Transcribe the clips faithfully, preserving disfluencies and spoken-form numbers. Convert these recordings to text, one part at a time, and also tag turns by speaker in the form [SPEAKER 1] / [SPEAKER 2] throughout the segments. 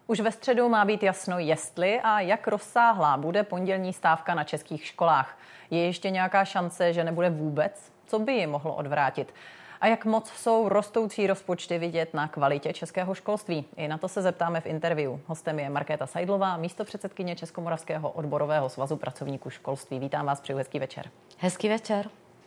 [SPEAKER 1] Už ve středu má být jasno, jestli a jak rozsáhlá bude pondělní stávka na českých školách. Je ještě nějaká šance, že nebude vůbec? Co by ji mohlo odvrátit? A jak moc jsou rostoucí rozpočty vidět na kvalitě českého školství? I na to se zeptáme v interview. Hostem je Markéta Seidlová, místopředsedkyně Českomoravského odborového svazu pracovníků školství. Vítám vás, přeju hezký večer.
[SPEAKER 2] Hezký večer.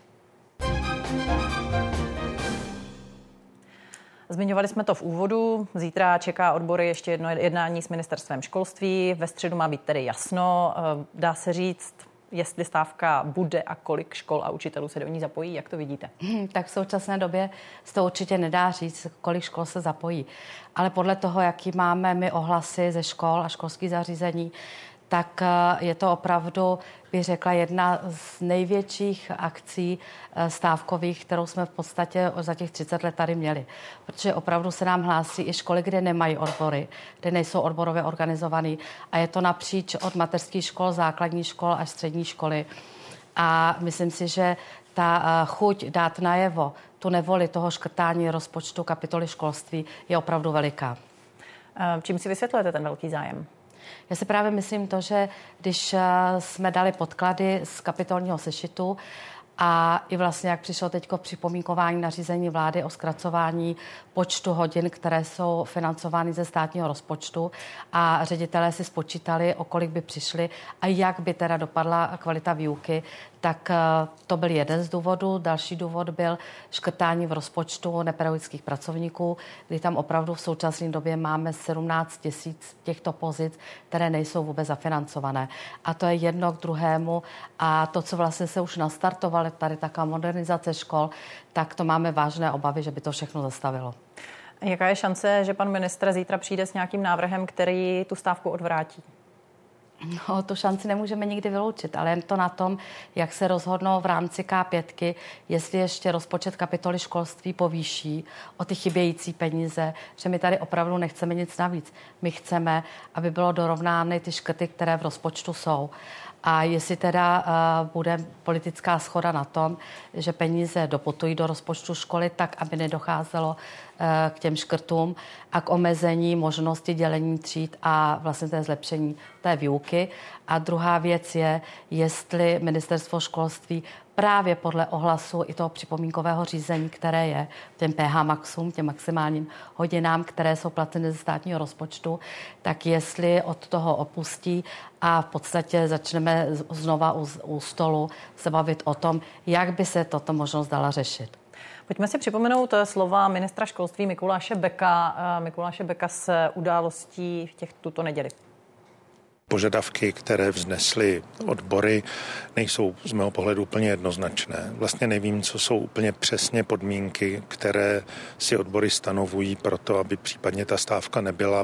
[SPEAKER 1] Zmiňovali jsme to v úvodu. Zítra čeká odbory ještě jedno jednání s ministerstvem školství. Ve středu má být tedy jasno. Dá se říct, jestli stávka bude a kolik škol a učitelů se do ní zapojí? Jak to vidíte?
[SPEAKER 2] Hmm, tak v současné době se to určitě nedá říct, kolik škol se zapojí. Ale podle toho, jaký máme my ohlasy ze škol a školských zařízení, tak je to opravdu, bych řekla, jedna z největších akcí stávkových, kterou jsme v podstatě za těch třicet let tady měli. Protože opravdu se nám hlásí i školy, kde nemají odbory, kde nejsou odborově organizovaný. A je to napříč od mateřských škol, základní škol až střední školy. A myslím si, že ta chuť dát najevo tu nevoli toho škrtání rozpočtu kapitoly školství je opravdu veliká.
[SPEAKER 1] Čím si vysvětlujete ten velký zájem?
[SPEAKER 2] Já si právě myslím to, že když jsme dali podklady z kapitolního sešitu a i vlastně, jak přišlo teď připomínkování nařízení vlády o zkracování počtu hodin, které jsou financovány ze státního rozpočtu a ředitelé si spočítali, o kolik by přišli a jak by teda dopadla kvalita výuky, tak to byl jeden z důvodů. Další důvod byl škrtání v rozpočtu nepedagogických pracovníků, kdy tam opravdu v současné době máme sedmnáct tisíc těchto pozic, které nejsou vůbec zafinancované. A to je jedno k druhému. A to, co vlastně se už nastartovalo, tady taká modernizace škol, tak to máme vážné obavy, že by to všechno zastavilo.
[SPEAKER 1] Jaká je šance, že pan ministr zítra přijde s nějakým návrhem, který tu stávku odvrátí?
[SPEAKER 2] No, tu šanci nemůžeme nikdy vyloučit, ale jen to na tom, jak se rozhodnou v rámci ká pět, jestli ještě rozpočet kapitoly školství povýší o ty chybějící peníze, že my tady opravdu nechceme nic navíc. My chceme, aby bylo dorovnány ty škrty, které v rozpočtu jsou. A jestli teda uh, bude politická shoda na tom, že peníze doputují do rozpočtu školy tak, aby nedocházelo uh, k těm škrtům a k omezení možnosti dělení tříd a vlastně té zlepšení té výuky. A druhá věc je, jestli ministerstvo školství právě podle ohlasu i toho připomínkového řízení, které je těm P H maxům, těm maximálním hodinám, které jsou placeny ze státního rozpočtu, tak jestli od toho opustí a v podstatě začneme znova u, u stolu se bavit o tom, jak by se toto možnost dala řešit.
[SPEAKER 1] Pojďme si připomenout slova ministra školství Mikuláše Beka. Mikuláše Beka z událostí v těch tuto neděli.
[SPEAKER 3] Požadavky, které vznesly odbory, nejsou z mého pohledu úplně jednoznačné. Vlastně nevím, co jsou úplně přesně podmínky, které si odbory stanovují pro to, aby případně ta stávka nebyla.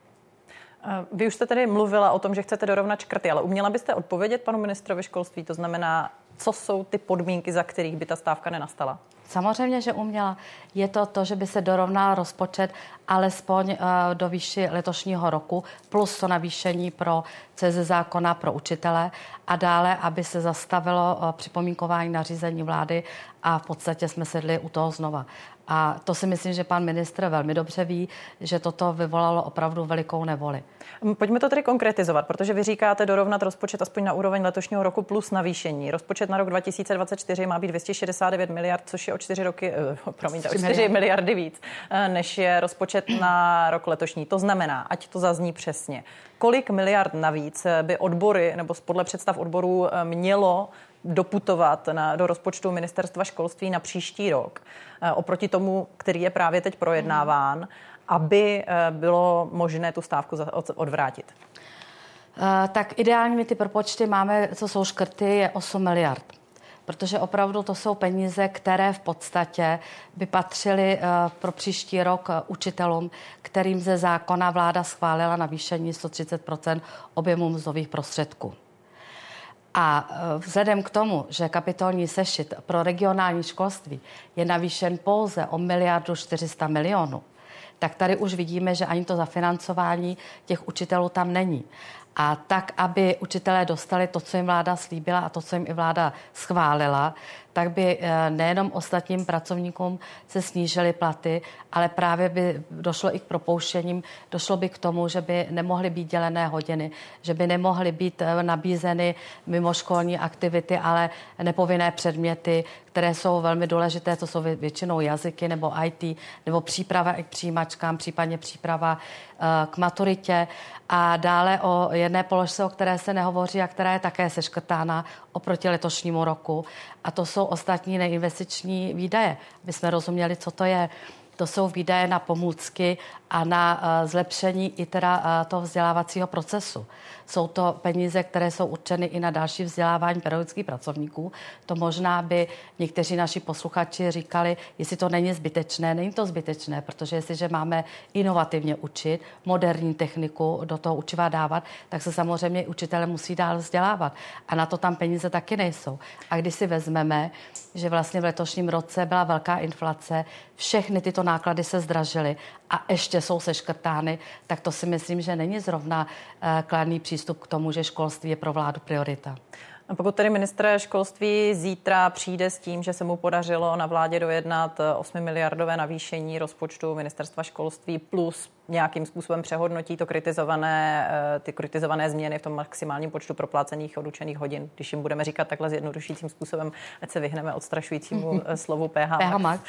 [SPEAKER 1] Vy už jste tedy mluvila o tom, že chcete dorovnat škrty, ale uměla byste odpovědět panu ministrovi školství? To znamená, co jsou ty podmínky, za kterých by ta stávka nenastala?
[SPEAKER 2] Samozřejmě, že uměla. Je to to, že by se dorovnal rozpočet alespoň uh, do výši letošního roku, plus to navýšení pro C Z zákona pro učitele a dále, aby se zastavilo uh, připomínkování nařízení vlády a v podstatě jsme sedli u toho znova. A to si myslím, že pan ministr velmi dobře ví, že toto vyvolalo opravdu velikou nevoli.
[SPEAKER 1] Pojďme to tedy konkretizovat, protože vy říkáte dorovnat rozpočet aspoň na úroveň letošního roku plus navýšení. Rozpočet na rok dva tisíce dvacet čtyři má být dvě stě šedesát devět miliard, což je o čtyři roky, uh, promiňte, o čtyři miliardy víc, uh, než je rozpočet na rok letošní. To znamená, ať to zazní přesně, kolik miliard navíc by odbory nebo podle představ odborů mělo doputovat na, do rozpočtu ministerstva školství na příští rok, oproti tomu, který je právě teď projednáván, aby bylo možné tu stávku odvrátit?
[SPEAKER 2] Uh, tak ideálními ty propočty máme, co jsou škrty, je osm miliard. Protože opravdu to jsou peníze, které v podstatě by patřily uh, pro příští rok uh, učitelům, kterým ze zákona vláda schválila navýšení sto třicet procent objemu mzdových prostředků. A vzhledem k tomu, že kapitolní sešit pro regionální školství je navýšen pouze o miliardu čtyři sta milionů, tak tady už vidíme, že ani to zafinancování těch učitelů tam není. A tak, aby učitelé dostali to, co jim vláda slíbila a to, co jim i vláda schválila, tak by nejenom ostatním pracovníkům se snížily platy, ale právě by došlo i k propouštěním, došlo by k tomu, že by nemohly být dělené hodiny, že by nemohly být nabízeny mimoškolní aktivity, ale nepovinné předměty, které jsou velmi důležité, to jsou většinou jazyky nebo í té, nebo příprava k přijímačkám, případně příprava k maturitě. A dále o jedné položce, o které se nehovoří a která je také seškrtána oproti letošnímu roku. A to jsou ostatní neinvestiční výdaje, aby jsme rozuměli, co to je. To jsou výdaje na pomůcky a na uh, zlepšení i teda uh, toho vzdělávacího procesu. Jsou to peníze, které jsou určeny i na další vzdělávání pedagogických pracovníků. To možná by někteří naši posluchači říkali, jestli to není zbytečné. Není to zbytečné, protože jestliže máme inovativně učit, moderní techniku do toho učiva dávat, tak se samozřejmě učitelé musí dál vzdělávat. A na to tam peníze taky nejsou. A když si vezmeme, že vlastně v letošním roce byla velká inflace, všechny tyto náklady se zdražily a ještě jsou seškrtány, tak to si myslím, že není zrovna uh, kladný přístup k tomu, že školství je pro vládu priorita.
[SPEAKER 1] A pokud tedy ministr školství zítra přijde s tím, že se mu podařilo na vládě dojednat osmimiliardové navýšení rozpočtu ministerstva školství plus nějakým způsobem přehodnotí to kritizované, ty kritizované změny v tom maximálním počtu proplácených odučených hodin, když jim budeme říkat takhle zjednodušujícím způsobem, ať se vyhneme odstrašujícímu slovu P H max,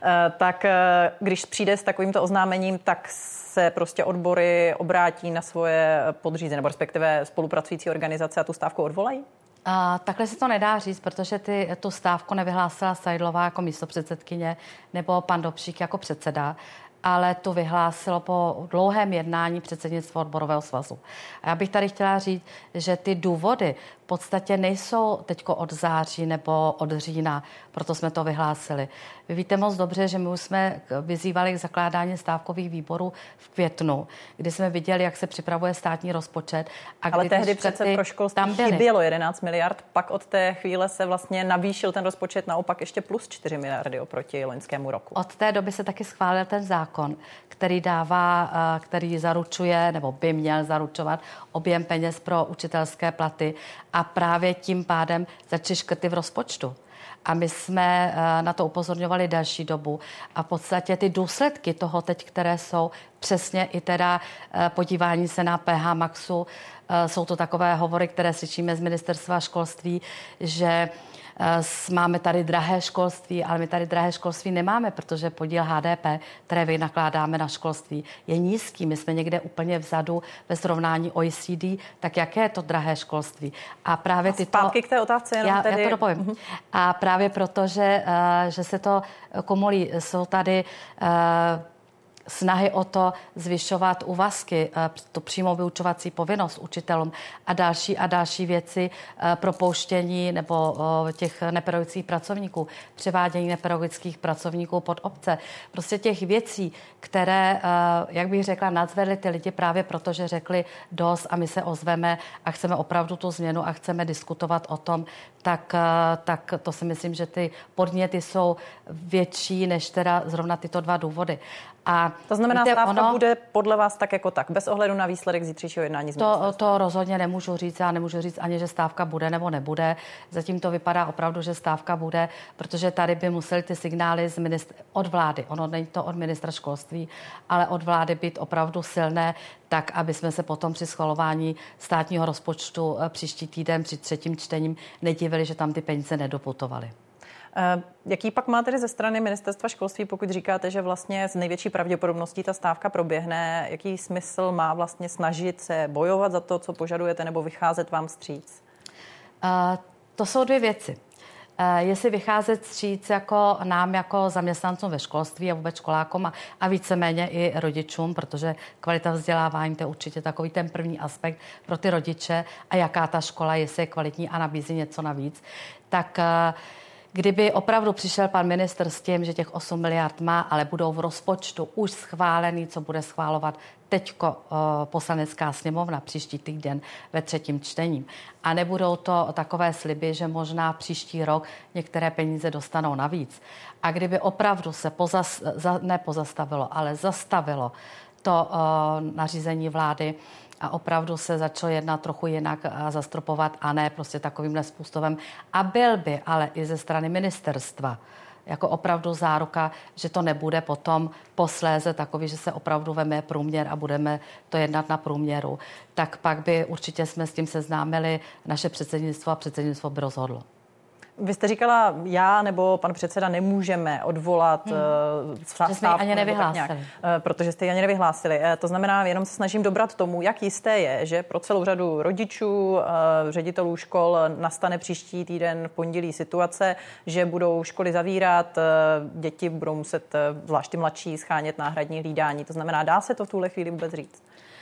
[SPEAKER 1] tak když přijde s takovýmto oznámením, tak se prostě odbory obrátí na svoje podřízené, nebo respektive spolupracující organizace a tu stávku odvolají?
[SPEAKER 2] A takhle se to nedá říct, protože ty, tu stávku nevyhlásila Seidlová jako místopředsedkyně nebo pan Dobřík jako předseda, ale tu vyhlásilo po dlouhém jednání předsednictvo odborového svazu. A já bych tady chtěla říct, že ty důvody v podstatě nejsou teďko od září nebo od října, proto jsme to vyhlásili. Vy víte moc dobře, že my už jsme vyzývali k zakládání stávkových výborů v květnu, kdy jsme viděli, jak se připravuje státní rozpočet. A
[SPEAKER 1] ale tehdy přece pro školství chybělo jedenáct miliard, pak od té chvíle se vlastně navýšil ten rozpočet naopak ještě plus čtyři miliardy oproti loňskému roku.
[SPEAKER 2] Od té doby se taky schválil ten zákon, který dává, který zaručuje, nebo by měl zaručovat objem peněz pro učitelské platy a právě tím pádem začaly škrty v rozpočtu. A my jsme na to upozorňovali další dobu. A v podstatě ty důsledky toho teď, které jsou přesně i teda podívání se na P H maxu, jsou to takové hovory, které slyšíme z ministerstva školství, že máme tady drahé školství, ale my tady drahé školství nemáme, protože podíl H D P, které vynakládáme na školství, je nízký. My jsme někde úplně vzadu ve srovnání O E C D, tak jaké je to drahé školství? A právě
[SPEAKER 1] a zpátky
[SPEAKER 2] tyto...
[SPEAKER 1] k té otázce jenom
[SPEAKER 2] já,
[SPEAKER 1] tedy...
[SPEAKER 2] Já to dopovím. Uh-huh. A právě proto, že, uh, že se to komolí, jsou tady... Uh, snahy o to zvyšovat úvazky, tu přímou vyučovací povinnost učitelům a další a další věci, propouštění nebo těch nepedagogických pracovníků, převádění nepedagogických pracovníků pod obce. Prostě těch věcí, které, jak bych řekla, nadzvedly ty lidi právě proto, že řekli dost a my se ozveme a chceme opravdu tu změnu a chceme diskutovat o tom, tak, tak to si myslím, že ty podněty jsou větší než teda zrovna tyto dva důvody. A
[SPEAKER 1] to znamená, víte, stávka ono, bude podle vás tak jako tak, bez ohledu na výsledek zítřejšího jednání z
[SPEAKER 2] to, to rozhodně nemůžu říct. Já nemůžu říct ani, že stávka bude nebo nebude. Zatím to vypadá opravdu, že stávka bude, protože tady by museli ty signály z ministr, od vlády, ono není to od ministra školství, ale od vlády být opravdu silné, tak, aby jsme se potom při schvalování státního rozpočtu příští týden při třetím čtením nedivili, že tam ty peníze nedoputovaly.
[SPEAKER 1] Jaký pak má tedy ze strany ministerstva školství, pokud říkáte, že vlastně s největší pravděpodobností ta stávka proběhne, jaký smysl má vlastně snažit se bojovat za to, co požadujete, nebo vycházet vám vstříc?
[SPEAKER 2] Uh, to jsou dvě věci. Uh, jestli vycházet vstříc jako nám, jako zaměstnancům ve školství a vůbec školákům a, a víceméně i rodičům, protože kvalita vzdělávání to je určitě takový ten první aspekt pro ty rodiče a jaká ta škola, jestli je kvalitní a nabízí něco navíc, tak uh, kdyby opravdu přišel pan ministr s tím, že těch osm miliard má, ale budou v rozpočtu už schválený, co bude schválovat teďko uh, poslanecká sněmovna příští týden ve třetím čtení. A nebudou to takové sliby, že možná příští rok některé peníze dostanou navíc. A kdyby opravdu se pozas, za, nepozastavilo, ale zastavilo to uh, nařízení vlády a opravdu se začalo jednat trochu jinak a zastropovat a ne prostě takovýmhle způsobem. A byl by ale i ze strany ministerstva jako opravdu záruka, že to nebude potom posléze takový, že se opravdu veme průměr a budeme to jednat na průměru, tak pak by určitě jsme s tím seznámili naše předsednictvo a předsednictvo by rozhodlo.
[SPEAKER 1] Vy jste říkala, já nebo pan předseda nemůžeme odvolat hmm. stávku,
[SPEAKER 2] že jsme ji ani nevyhlásili.
[SPEAKER 1] Nějak, protože jste ji ani nevyhlásili. To znamená, jenom se snažím dobrat tomu, jak jisté je, že pro celou řadu rodičů, ředitelů škol nastane příští týden v pondělí situace, že budou školy zavírat, děti budou muset, zvlášť ty mladší, schánět náhradní hlídání. To znamená, dá se to v tuhle chvíli vůbec říct?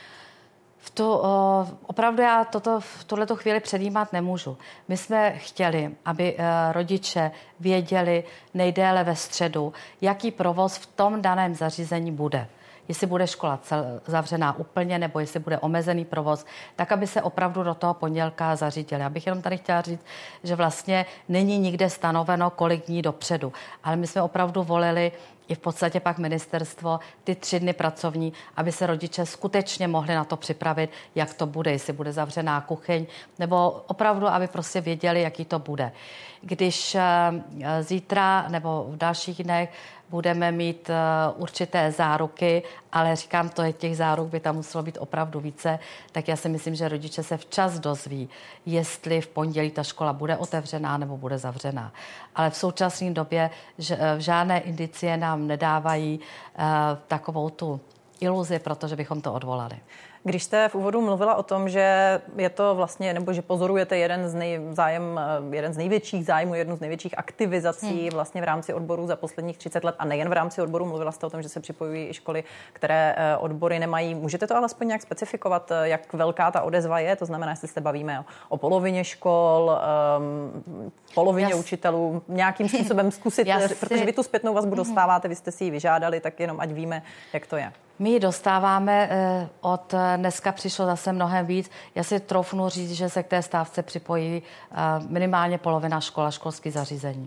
[SPEAKER 2] V tu, o, opravdu já toto v tuhleto chvíli předjímat nemůžu. My jsme chtěli, aby e, rodiče věděli nejdéle ve středu, jaký provoz v tom daném zařízení bude. Jestli bude škola cel, zavřená úplně, nebo jestli bude omezený provoz, tak aby se opravdu do toho pondělka zařídili. Já bych jenom tady chtěla říct, že vlastně není nikde stanoveno, kolik dní dopředu. Ale my jsme opravdu volili i v podstatě pak ministerstvo ty tři dny pracovní, aby se rodiče skutečně mohli na to připravit, jak to bude, jestli bude zavřená kuchyň, nebo opravdu, aby prostě věděli, jaký to bude. Když zítra nebo v dalších dnech budeme mít určité záruky, ale říkám, to je těch záruk by tam muselo být opravdu více, tak já si myslím, že rodiče se včas dozví, jestli v pondělí ta škola bude otevřená nebo bude zavřená. Ale v současné době že v žádné indicie nám nedávají uh, takovou tu iluzi, protože bychom to odvolali.
[SPEAKER 1] Když jste v úvodu mluvila o tom, že je to vlastně, nebo že pozorujete jeden z, nej, zájem, jeden z největších zájmů, jednu z největších aktivizací hmm. vlastně v rámci odborů za posledních třicet let a nejen v rámci odborů, mluvila jste o tom, že se připojují i školy, které odbory nemají. Můžete to alespoň nějak specifikovat, jak velká ta odezva je? To znamená, jestli se bavíme o, o polovině škol, um, polovině Jas... učitelů, nějakým způsobem zkusit, Jasy. protože vy tu zpětnou vazbu dostáváte, vy jste si ji vyžádali, tak jenom ať víme, jak to je.
[SPEAKER 2] My ji dostáváme od dneska přišlo zase mnohem víc. Já si troufnu říct, že se k té stávce připojí minimálně polovina škol a školských zařízení.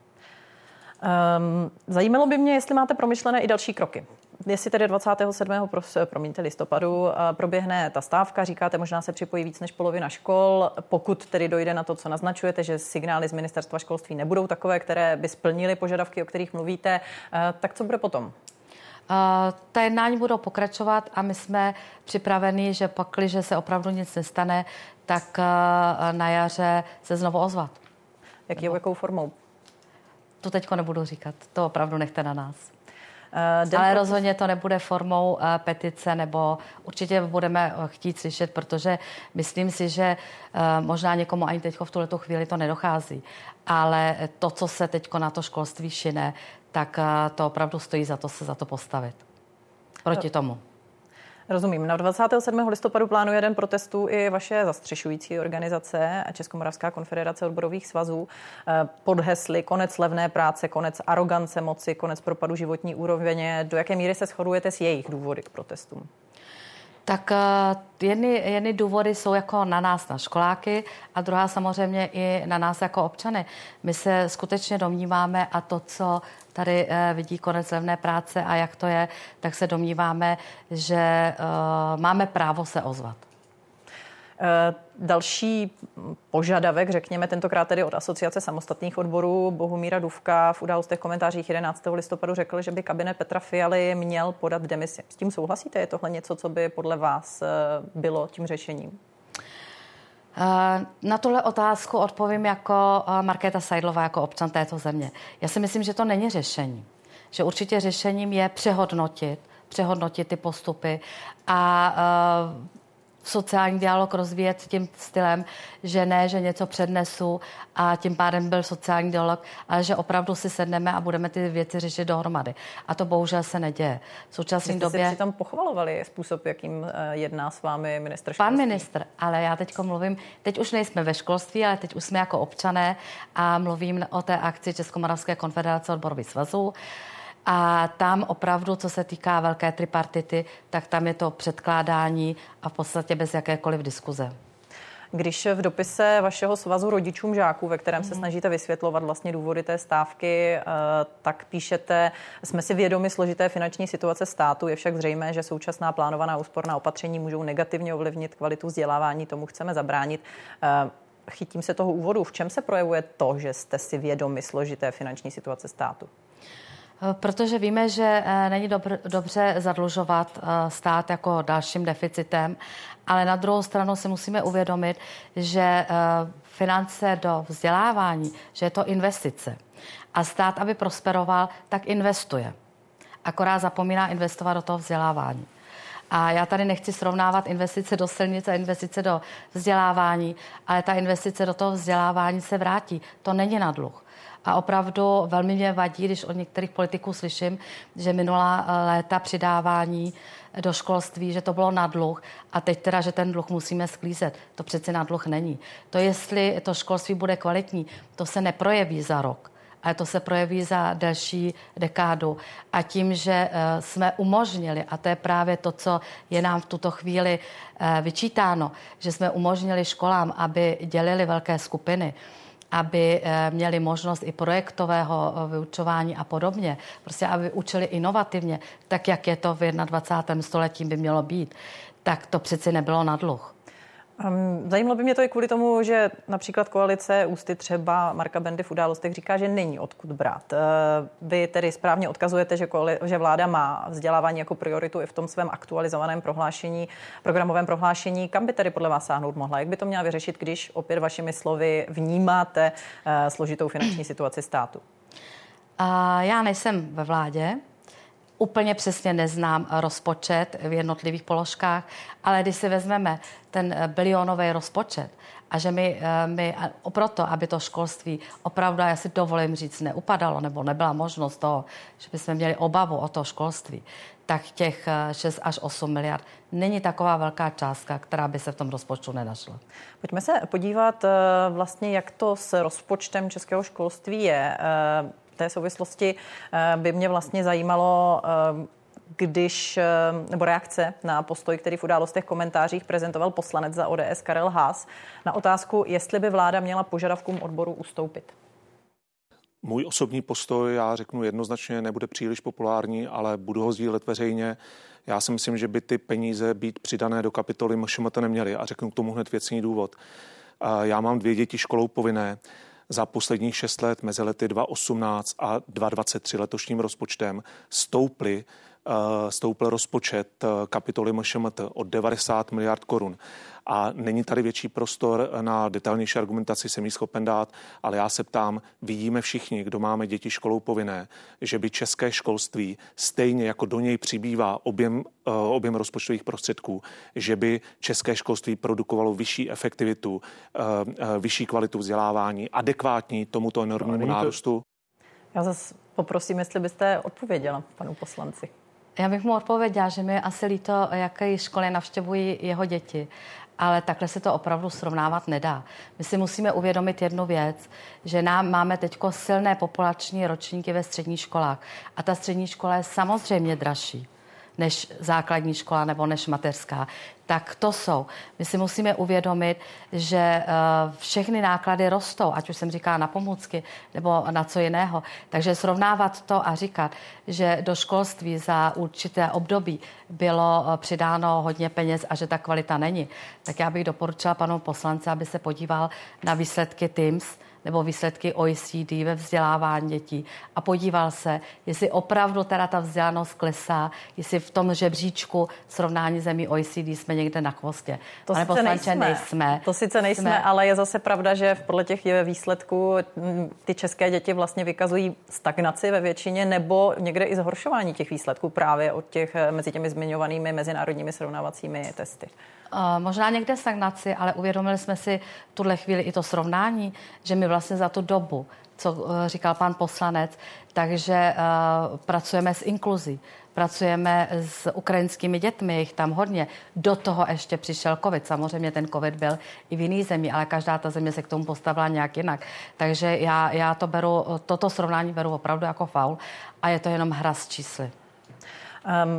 [SPEAKER 1] Um, zajímalo by mě, jestli máte promyšlené i další kroky. Jestli tedy dvacátého sedmého promiňte, listopadu proběhne ta stávka, říkáte, možná se připojí víc než polovina škol. Pokud tedy dojde na to, co naznačujete, že signály z ministerstva školství nebudou takové, které by splnily požadavky, o kterých mluvíte, tak co bude potom?
[SPEAKER 2] Uh, ta jednání budou pokračovat a my jsme připraveni, že pakliže se opravdu nic nestane, tak uh, na jaře se znovu ozvat.
[SPEAKER 1] Jaký, jakou formou?
[SPEAKER 2] To teďko nebudu říkat, to opravdu nechte na nás.
[SPEAKER 1] Uh,
[SPEAKER 2] Ale rozhodně to nebude formou uh, petice, nebo určitě budeme chtít slyšet, protože myslím si, že uh, možná někomu ani teďko v tuhletu chvíli to nedochází. Ale to, co se teďko na to školství šine, tak to opravdu stojí za to se za to postavit. Proti tomu.
[SPEAKER 1] Rozumím. Na dvacátého sedmého listopadu plánuje jeden protestů i vaše zastřešující organizace Českomoravská konfederace odborových svazů pod hesly konec levné práce, konec arogance moci, konec propadu životní úrovně. Do jaké míry se shodujete s jejich důvody k protestům?
[SPEAKER 2] Tak jedny, jedny důvody jsou jako na nás, na školáky, a druhá samozřejmě i na nás jako občany. My se skutečně domníváme, a to, co tady vidí konec levné práce a jak to je, tak se domníváme, že uh, máme právo se ozvat.
[SPEAKER 1] Další požadavek, řekněme, tentokrát tedy od Asociace samostatných odborů, Bohumíra Dufka v Událostech komentářích jedenáctého listopadu řekl, že by kabinet Petra Fialy měl podat demisi. S tím souhlasíte? Je tohle něco, co by podle vás bylo tím řešením?
[SPEAKER 2] Na tuhle otázku odpovím jako Markéta Seidlová, jako občan této země. Já si myslím, že to není řešení. Že určitě řešením je přehodnotit, přehodnotit ty postupy a uh, sociální dialog rozvíjet tím stylem, že ne, že něco přednesu a tím pádem byl sociální dialog, ale že opravdu si sedneme a budeme ty věci řešit dohromady. A to bohužel se neděje. V současné době...
[SPEAKER 1] Jste si přitom pochvalovali způsob, jakým jedná s vámi ministr školství.
[SPEAKER 2] Pan ministr, ale já teďko mluvím, teď už nejsme ve školství, ale teď už jsme jako občané a mluvím o té akci Českomoravské konfederace odborových svazů. A tam opravdu, co se týká velké tripartity, tak tam je to předkládání a v podstatě bez jakékoliv diskuze.
[SPEAKER 1] Když v dopise vašeho svazu rodičům žáků, ve kterém se snažíte vysvětlovat vlastně důvody té stávky, tak píšete, jsme si vědomi složité finanční situace státu, je však zřejmé, že současná plánovaná úsporná opatření můžou negativně ovlivnit kvalitu vzdělávání, tomu chceme zabránit. Chytím se toho úvodu. V čem se projevuje to, že jste si vědomi složité finanční situace státu?
[SPEAKER 2] Protože víme, že není dobr, dobře zadlužovat stát jako dalším deficitem, ale na druhou stranu si musíme uvědomit, že finance do vzdělávání, že je to investice. A stát, aby prosperoval, tak investuje. Akorát zapomíná investovat do toho vzdělávání. A já tady nechci srovnávat investice do silnice a investice do vzdělávání, ale ta investice do toho vzdělávání se vrátí. To není na dluh. A opravdu velmi mě vadí, když od některých politiků slyším, že minulá léta přidávání do školství, že to bylo na dluh a teď teda, že ten dluh musíme sklízet. To přece na dluh není. To, jestli to školství bude kvalitní, to se neprojeví za rok, ale to se projeví za delší dekádu. A tím, že jsme umožnili, a to je právě to, co je nám v tuto chvíli vyčítáno, že jsme umožnili školám, aby dělili velké skupiny, aby měli možnost i projektového vyučování a podobně. Prostě, aby učili inovativně, tak jak je to v dvacátém prvním století by mělo být, tak to přeci nebylo na dluh.
[SPEAKER 1] Zajímalo by mě to i kvůli tomu, že například koalice ústy třeba Marka Bendy v Událostech říká, že není odkud brát. Vy tedy správně odkazujete, že, koali- že vláda má vzdělávání jako prioritu i v tom svém aktualizovaném prohlášení, programovém prohlášení. Kam by tedy podle vás sáhnout mohla? Jak by to měla vyřešit, když opět vašimi slovy vnímáte složitou finanční situaci státu?
[SPEAKER 2] A já nejsem ve vládě. Úplně přesně neznám rozpočet v jednotlivých položkách, ale když si vezmeme ten bilionový rozpočet a že my, my proto, aby to školství opravdu, já si dovolím říct, neupadalo, nebo nebyla možnost toho, že bychom měli obavu o to školství, tak těch šest až osm miliard není taková velká částka, která by se v tom rozpočtu nenašla.
[SPEAKER 1] Pojďme se podívat vlastně, jak to s rozpočtem českého školství je. V té souvislosti by mě vlastně zajímalo, když, nebo reakce na postoj, který v Událostech komentářích prezentoval poslanec za O D S Karel Haas, na otázku, jestli by vláda měla požadavkům odboru ustoupit.
[SPEAKER 4] Můj osobní postoj, já řeknu jednoznačně, nebude příliš populární, ale budu ho sdílet veřejně. Já si myslím, že by ty peníze být přidané do kapitoly M Š M T neměly a řeknu k tomu hned věcný důvod. Já mám dvě děti školou povinné. Za posledních šest let mezi lety dva tisíce osmnáct a dva tisíce dvacet tři letošním rozpočtem stouply, uh, stoupl rozpočet kapitoly M Š M T o devadesát miliard korun. A není tady větší prostor na detailnější argumentaci, jsem jí schopen dát, ale já se ptám, vidíme všichni, kdo máme děti školou povinné, že by české školství stejně jako do něj přibývá objem, uh, objem rozpočtových prostředků, že by české školství produkovalo vyšší efektivitu, uh, uh, vyšší kvalitu vzdělávání, adekvátní tomuto enormnímu no, nárůstu.
[SPEAKER 1] Já zase poprosím, jestli byste odpověděla panu poslanci.
[SPEAKER 2] Já bych mu odpověděla, že mi asi líto, jaké školy navštěvují jeho děti. Ale takhle se to opravdu srovnávat nedá. My si musíme uvědomit jednu věc, že nám máme teďko silné populační ročníky ve středních školách. A ta střední škola je samozřejmě dražší než základní škola nebo než mateřská. Tak to jsou. My si musíme uvědomit, že uh, všechny náklady rostou, ať už jsem říkala na pomůcky nebo na co jiného. Takže srovnávat to a říkat, že do školství za určité období bylo uh, přidáno hodně peněz a že ta kvalita není, tak já bych doporučila panu poslanci, aby se podíval na výsledky T I M S nebo výsledky O E C D ve vzdělávání dětí a podíval se, jestli opravdu teda ta vzdělanost klesá, jestli v tom žebříčku srovnání zemí O E C D jsme někde na chvostě.
[SPEAKER 1] To
[SPEAKER 2] sice
[SPEAKER 1] poslanče, nejsme.
[SPEAKER 2] nejsme.
[SPEAKER 1] To sice nejsme, jsme. Ale je zase pravda, že podle těch výsledků ty české děti vlastně vykazují stagnaci ve většině nebo někde i zhoršování těch výsledků právě od těch mezi těmi zmiňovanými mezinárodními srovnávacími testy.
[SPEAKER 2] Uh, možná někde stagnaci, ale uvědomili jsme si v tuhle chvíli i to srovnání, že my vlastně za tu dobu, co uh, říkal pan poslanec, takže uh, pracujeme s inkluzí, pracujeme s ukrajinskými dětmi, jich tam hodně. Do toho ještě přišel covid. Samozřejmě ten covid byl i v jiný zemi, ale každá ta země se k tomu postavila nějak jinak. Takže já, já to beru, toto srovnání beru opravdu jako faul a je to jenom hra s čísly.
[SPEAKER 1] Um.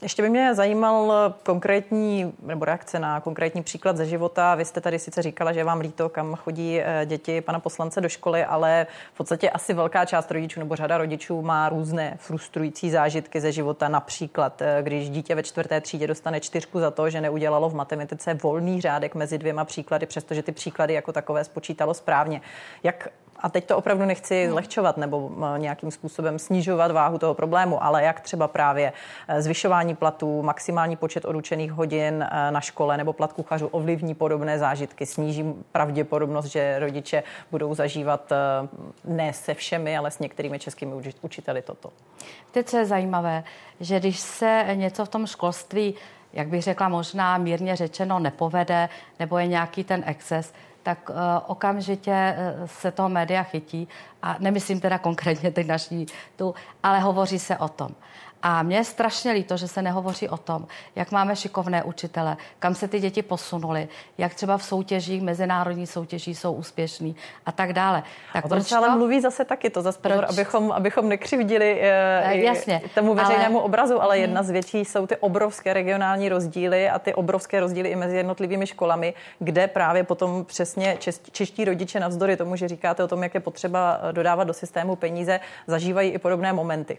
[SPEAKER 1] Ještě by mě zajímal konkrétní, nebo reakce na konkrétní příklad ze života. Vy jste tady sice říkala, že je vám líto, kam chodí děti pana poslance do školy, ale v podstatě asi velká část rodičů nebo řada rodičů má různé frustrující zážitky ze života. Například, když dítě ve čtvrté třídě dostane čtyřku za to, že neudělalo v matematice volný řádek mezi dvěma příklady, přestože ty příklady jako takové spočítalo správně. Jak A teď to opravdu nechci zlehčovat nebo nějakým způsobem snižovat váhu toho problému, ale jak třeba právě zvyšování platů, maximální počet odučených hodin na škole nebo plat kuchařů ovlivní podobné zážitky, sníží pravděpodobnost, že rodiče budou zažívat ne se všemi, ale s některými českými učiteli toto.
[SPEAKER 2] Teď, co je zajímavé, že když se něco v tom školství, jak bych řekla, možná mírně řečeno nepovede, nebo je nějaký ten exces, tak uh, okamžitě uh, se toho média chytí a nemyslím teda konkrétně teď naší tu, ale hovoří se o tom. A mně je strašně líto, že se nehovoří o tom, jak máme šikovné učitele, kam se ty děti posunuly, jak třeba v soutěžích, mezinárodní soutěží jsou úspěšní a tak dále. Tak
[SPEAKER 1] o tom se ale mluví zase taky, to zase pozor, abychom, abychom nekřivdili e, Jasně, tomu veřejnému ale... obrazu, ale jedna z větší jsou ty obrovské regionální rozdíly a ty obrovské rozdíly i mezi jednotlivými školami, kde právě potom přesně čeští rodiče navzdory tomu, že říkáte o tom, jak je potřeba dodávat do systému peníze, zažívají i podobné momenty.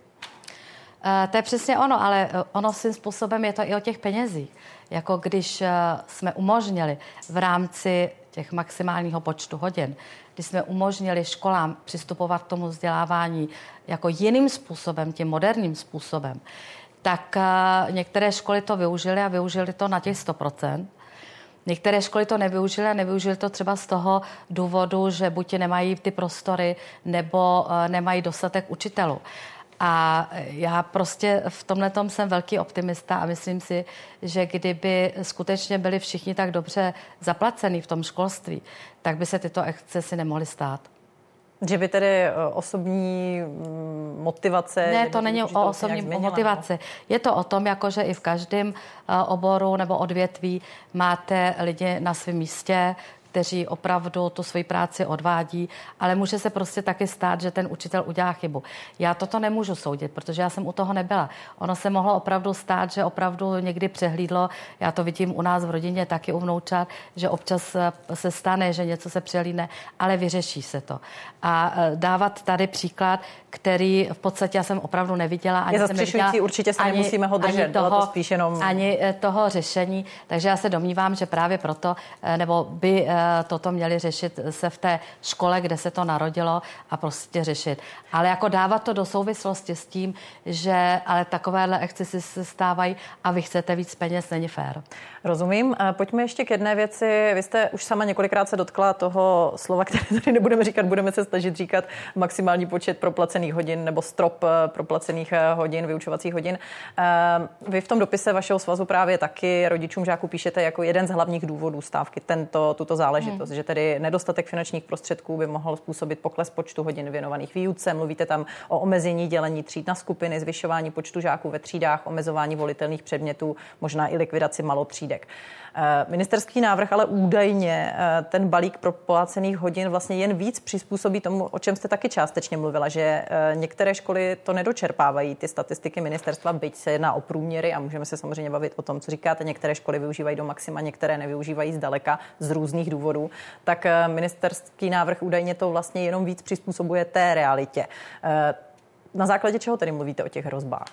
[SPEAKER 2] Uh, to je přesně ono, ale ono svým způsobem je to i o těch penězích. Jako když uh, jsme umožnili v rámci těch maximálního počtu hodin, když jsme umožnili školám přistupovat k tomu vzdělávání jako jiným způsobem, tím moderním způsobem, tak uh, některé školy to využily a využily to na těch sto procent. Některé školy to nevyužily a nevyužily to třeba z toho důvodu, že buď nemají ty prostory, nebo uh, nemají dostatek učitelů. A já prostě v tomhletom jsem velký optimista a myslím si, že kdyby skutečně byli všichni tak dobře zaplacení v tom školství, tak by se tyto excesy nemohly stát.
[SPEAKER 1] Že by tedy osobní motivace...
[SPEAKER 2] Ne, to není o osobní motivaci. Je to o tom, jako že i v každém oboru nebo odvětví máte lidi na svém místě, kteří opravdu tu svoji práci odvádí, ale může se prostě taky stát, že ten učitel udělá chybu. Já toto nemůžu soudit, protože já jsem u toho nebyla. Ono se mohlo opravdu stát, že opravdu někdy přehlídlo, já to vidím u nás v rodině, taky u vnoučat, že občas se stane, že něco se přehlídne, ale vyřeší se to. A dávat tady příklad, který v podstatě já jsem opravdu neviděla. Ani
[SPEAKER 1] je zastřešující, určitě se ani, nemusíme ho držet, toho, bylo to spíš jenom...
[SPEAKER 2] Ani toho řešení, takže já se domnívám, že právě proto, nebo by toto měli řešit se v té škole, kde se to narodilo a prostě řešit. Ale jako dávat to do souvislosti s tím, že ale takovéhle excesy se stávají a vy chcete víc peněz, není fér.
[SPEAKER 1] Rozumím. Pojďme ještě k jedné věci. Vy jste už sama několikrát se dotkla toho slova, které tady nebudeme říkat, budeme se snažit říkat maximální počet proplacených hodin nebo strop proplacených hodin, vyučovacích hodin. Vy v tom dopise vašeho svazu právě taky rodičům žáků píšete jako jeden z hlavních důvodů stávky tento, tuto záležitost, hmm. že tedy nedostatek finančních prostředků by mohl způsobit pokles počtu hodin věnovaných výuce. Mluvíte tam o omezení dělení tříd na skupiny, zvyšování počtu žáků ve třídách, omezování volitelných předmětů, možná i likvidaci malotřídek. Ministerský návrh ale údajně ten balík proplacených hodin vlastně jen víc přizpůsobí tomu, o čem jste taky částečně mluvila, že některé školy to nedočerpávají, ty statistiky ministerstva, byť se jedná o průměry a můžeme se samozřejmě bavit o tom, co říkáte, některé školy využívají do maxima, některé nevyužívají zdaleka z různých důvodů, tak ministerský návrh údajně to vlastně jenom víc přizpůsobuje té realitě. Na základě čeho tedy mluvíte o těch hrozbách?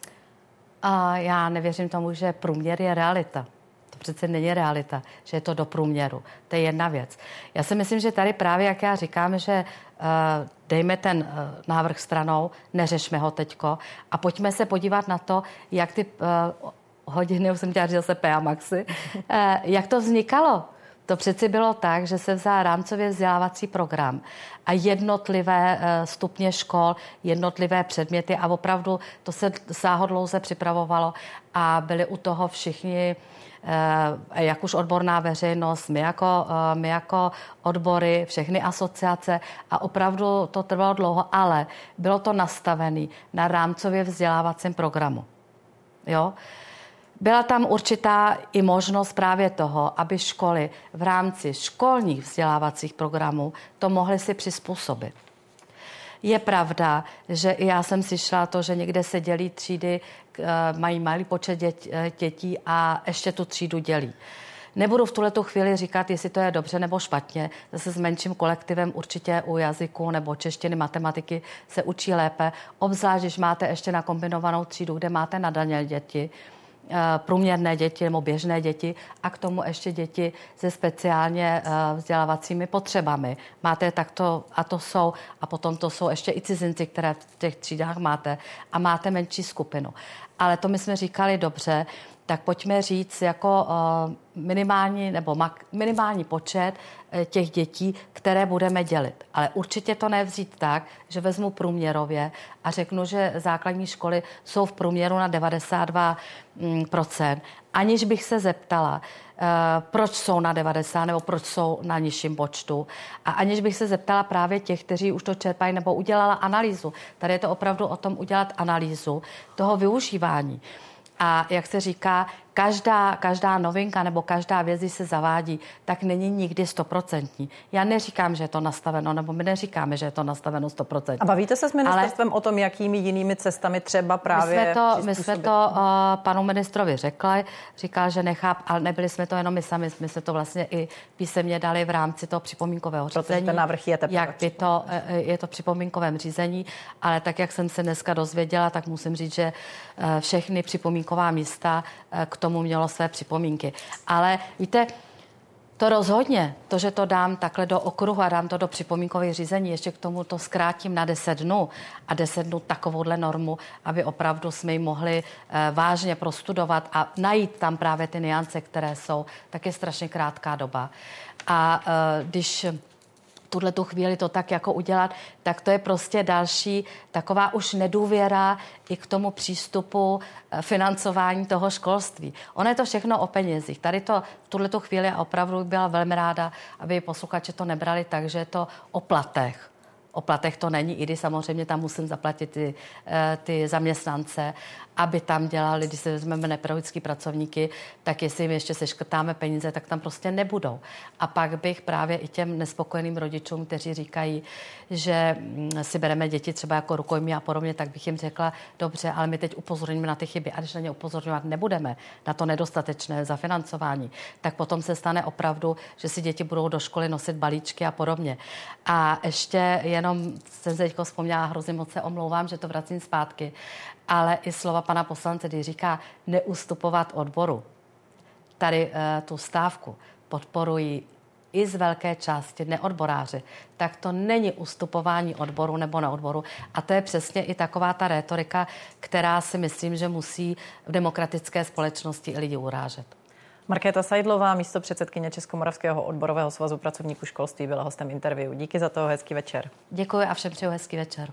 [SPEAKER 2] A já nevěřím tomu, že průměr je realita. To přece není realita, že je to do průměru. To je jedna věc. Já si myslím, že tady právě, jak já říkám, že uh, dejme ten uh, návrh stranou, neřešme ho teďko a pojďme se podívat na to, jak ty uh, hodiny, už jsem chtěla říct zase P A Maxy, uh, jak to vznikalo. To přeci bylo tak, že se vzal rámcově vzdělávací program a jednotlivé stupně škol, jednotlivé předměty a opravdu to se sáhodlouze připravovalo a byli u toho všichni, jak už odborná veřejnost, my jako, my jako odbory, všechny asociace a opravdu to trvalo dlouho, ale bylo to nastavené na rámcově vzdělávacím programu. Jo? Byla tam určitá i možnost právě toho, aby školy v rámci školních vzdělávacích programů to mohly si přizpůsobit. Je pravda, že i já jsem slyšela to, že někde se dělí třídy, mají malý počet dětí a ještě tu třídu dělí. Nebudu v tuhletu chvíli říkat, jestli to je dobře nebo špatně. Zase s menším kolektivem určitě u jazyku nebo češtiny, matematiky se učí lépe. Obzvlášť, když máte ještě nakombinovanou třídu, kde máte nadané děti, průměrné děti nebo běžné děti a k tomu ještě děti se speciálně vzdělávacími potřebami. Máte takto, a to jsou, a potom to jsou ještě i cizinci, které v těch třídách máte a máte menší skupinu. Ale to my jsme říkali dobře, tak pojďme říct jako minimální nebo minimální počet těch dětí, které budeme dělit. Ale určitě to nevzít tak, že vezmu průměrově a řeknu, že základní školy jsou v průměru na devadesát dva procent, aniž bych se zeptala, proč jsou na devadesát nebo proč jsou na nižším počtu. A aniž bych se zeptala právě těch, kteří už to čerpají, nebo udělala analýzu. Tady je to opravdu o tom udělat analýzu toho využívání. A jak se říká, každá, každá novinka nebo každá věc, když se zavádí, tak není nikdy stoprocentní. Já neříkám, že je to nastaveno, nebo my neříkáme, že je to nastaveno stoprocentně.
[SPEAKER 1] A bavíte se s ministerstvem ale o tom, jakými jinými cestami třeba právě...
[SPEAKER 2] My jsme to, my jsme to uh, panu ministrovi řekli, říkal, že necháp, ale nebyli jsme to jenom my sami, my jsme to vlastně i písemně dali v rámci toho připomínkového řízení.
[SPEAKER 1] Protože ten návrh je teprve.
[SPEAKER 2] Jak by to, je to v připomínkovém řízení, ale tak, jak jsem se dneska dozvěděla, tak musím říct, že uh, všechny připomínková místa uh, k tomu mělo své připomínky. Ale víte, to rozhodně, to, že to dám takhle do okruhu a dám to do připomínkových řízení, ještě k tomu to zkrátím na deset dnů a deset dnů takovouhle normu, aby opravdu jsme ji mohli e, vážně prostudovat a najít tam právě ty nuance, které jsou, tak je strašně krátká doba. A e, když tuhle tu chvíli to tak jako udělat, tak to je prostě další taková už nedůvěra i k tomu přístupu financování toho školství. Ono je to všechno o penězích. Tady to v tuhle tu chvíli opravdu byla velmi ráda, aby posluchači to nebrali tak, že je to o platech. O platech to není, i když samozřejmě tam musím zaplatit ty, ty zaměstnance, aby tam dělali, když se vezmeme nepedagogický pracovníky, tak jestli jim ještě seškrtáme peníze, tak tam prostě nebudou. A pak bych právě i těm nespokojeným rodičům, kteří říkají, že si bereme děti třeba jako rukojmí a podobně, tak bych jim řekla, dobře, ale my teď upozorníme na ty chyby. A když na ně upozorňovat nebudeme, na to nedostatečné zafinancování, tak potom se stane opravdu, že si děti budou do školy nosit balíčky a podobně. A ještě jenom jsem se teďko vzpomněla, hrozně moc se omlouvám, že to vracím zpátky, ale i slova pana poslance, když říká neustupovat odboru. Tady e, tu stávku podporují i z velké části neodboráři, tak to není ustupování odboru nebo neodboru. A to je přesně i taková ta rétorika, která si myslím, že musí v demokratické společnosti i lidi urážet.
[SPEAKER 1] Markéta Seidlová, místopředsedkyně Českomoravského odborového svazu pracovníků školství, byla hostem interview. Díky za to, hezký večer.
[SPEAKER 2] Děkuji a všem přeju hezký večer.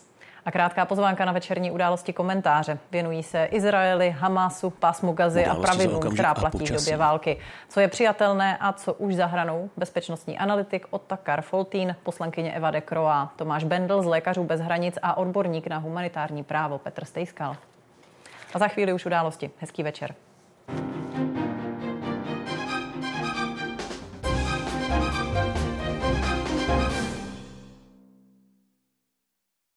[SPEAKER 1] A krátká pozvánka na večerní události komentáře. Věnují se Izraeli, Hamasu, pásmu Gazy a pravidlům, která platí v době války. Co je přijatelné a co už za hranou? Bezpečnostní analytik Otakar Foltín, poslankyně Eva Dekroa, Tomáš Bendl z Lékařů bez hranic a odborník na humanitární právo Petr Stejskal. A za chvíli už události. Hezký večer.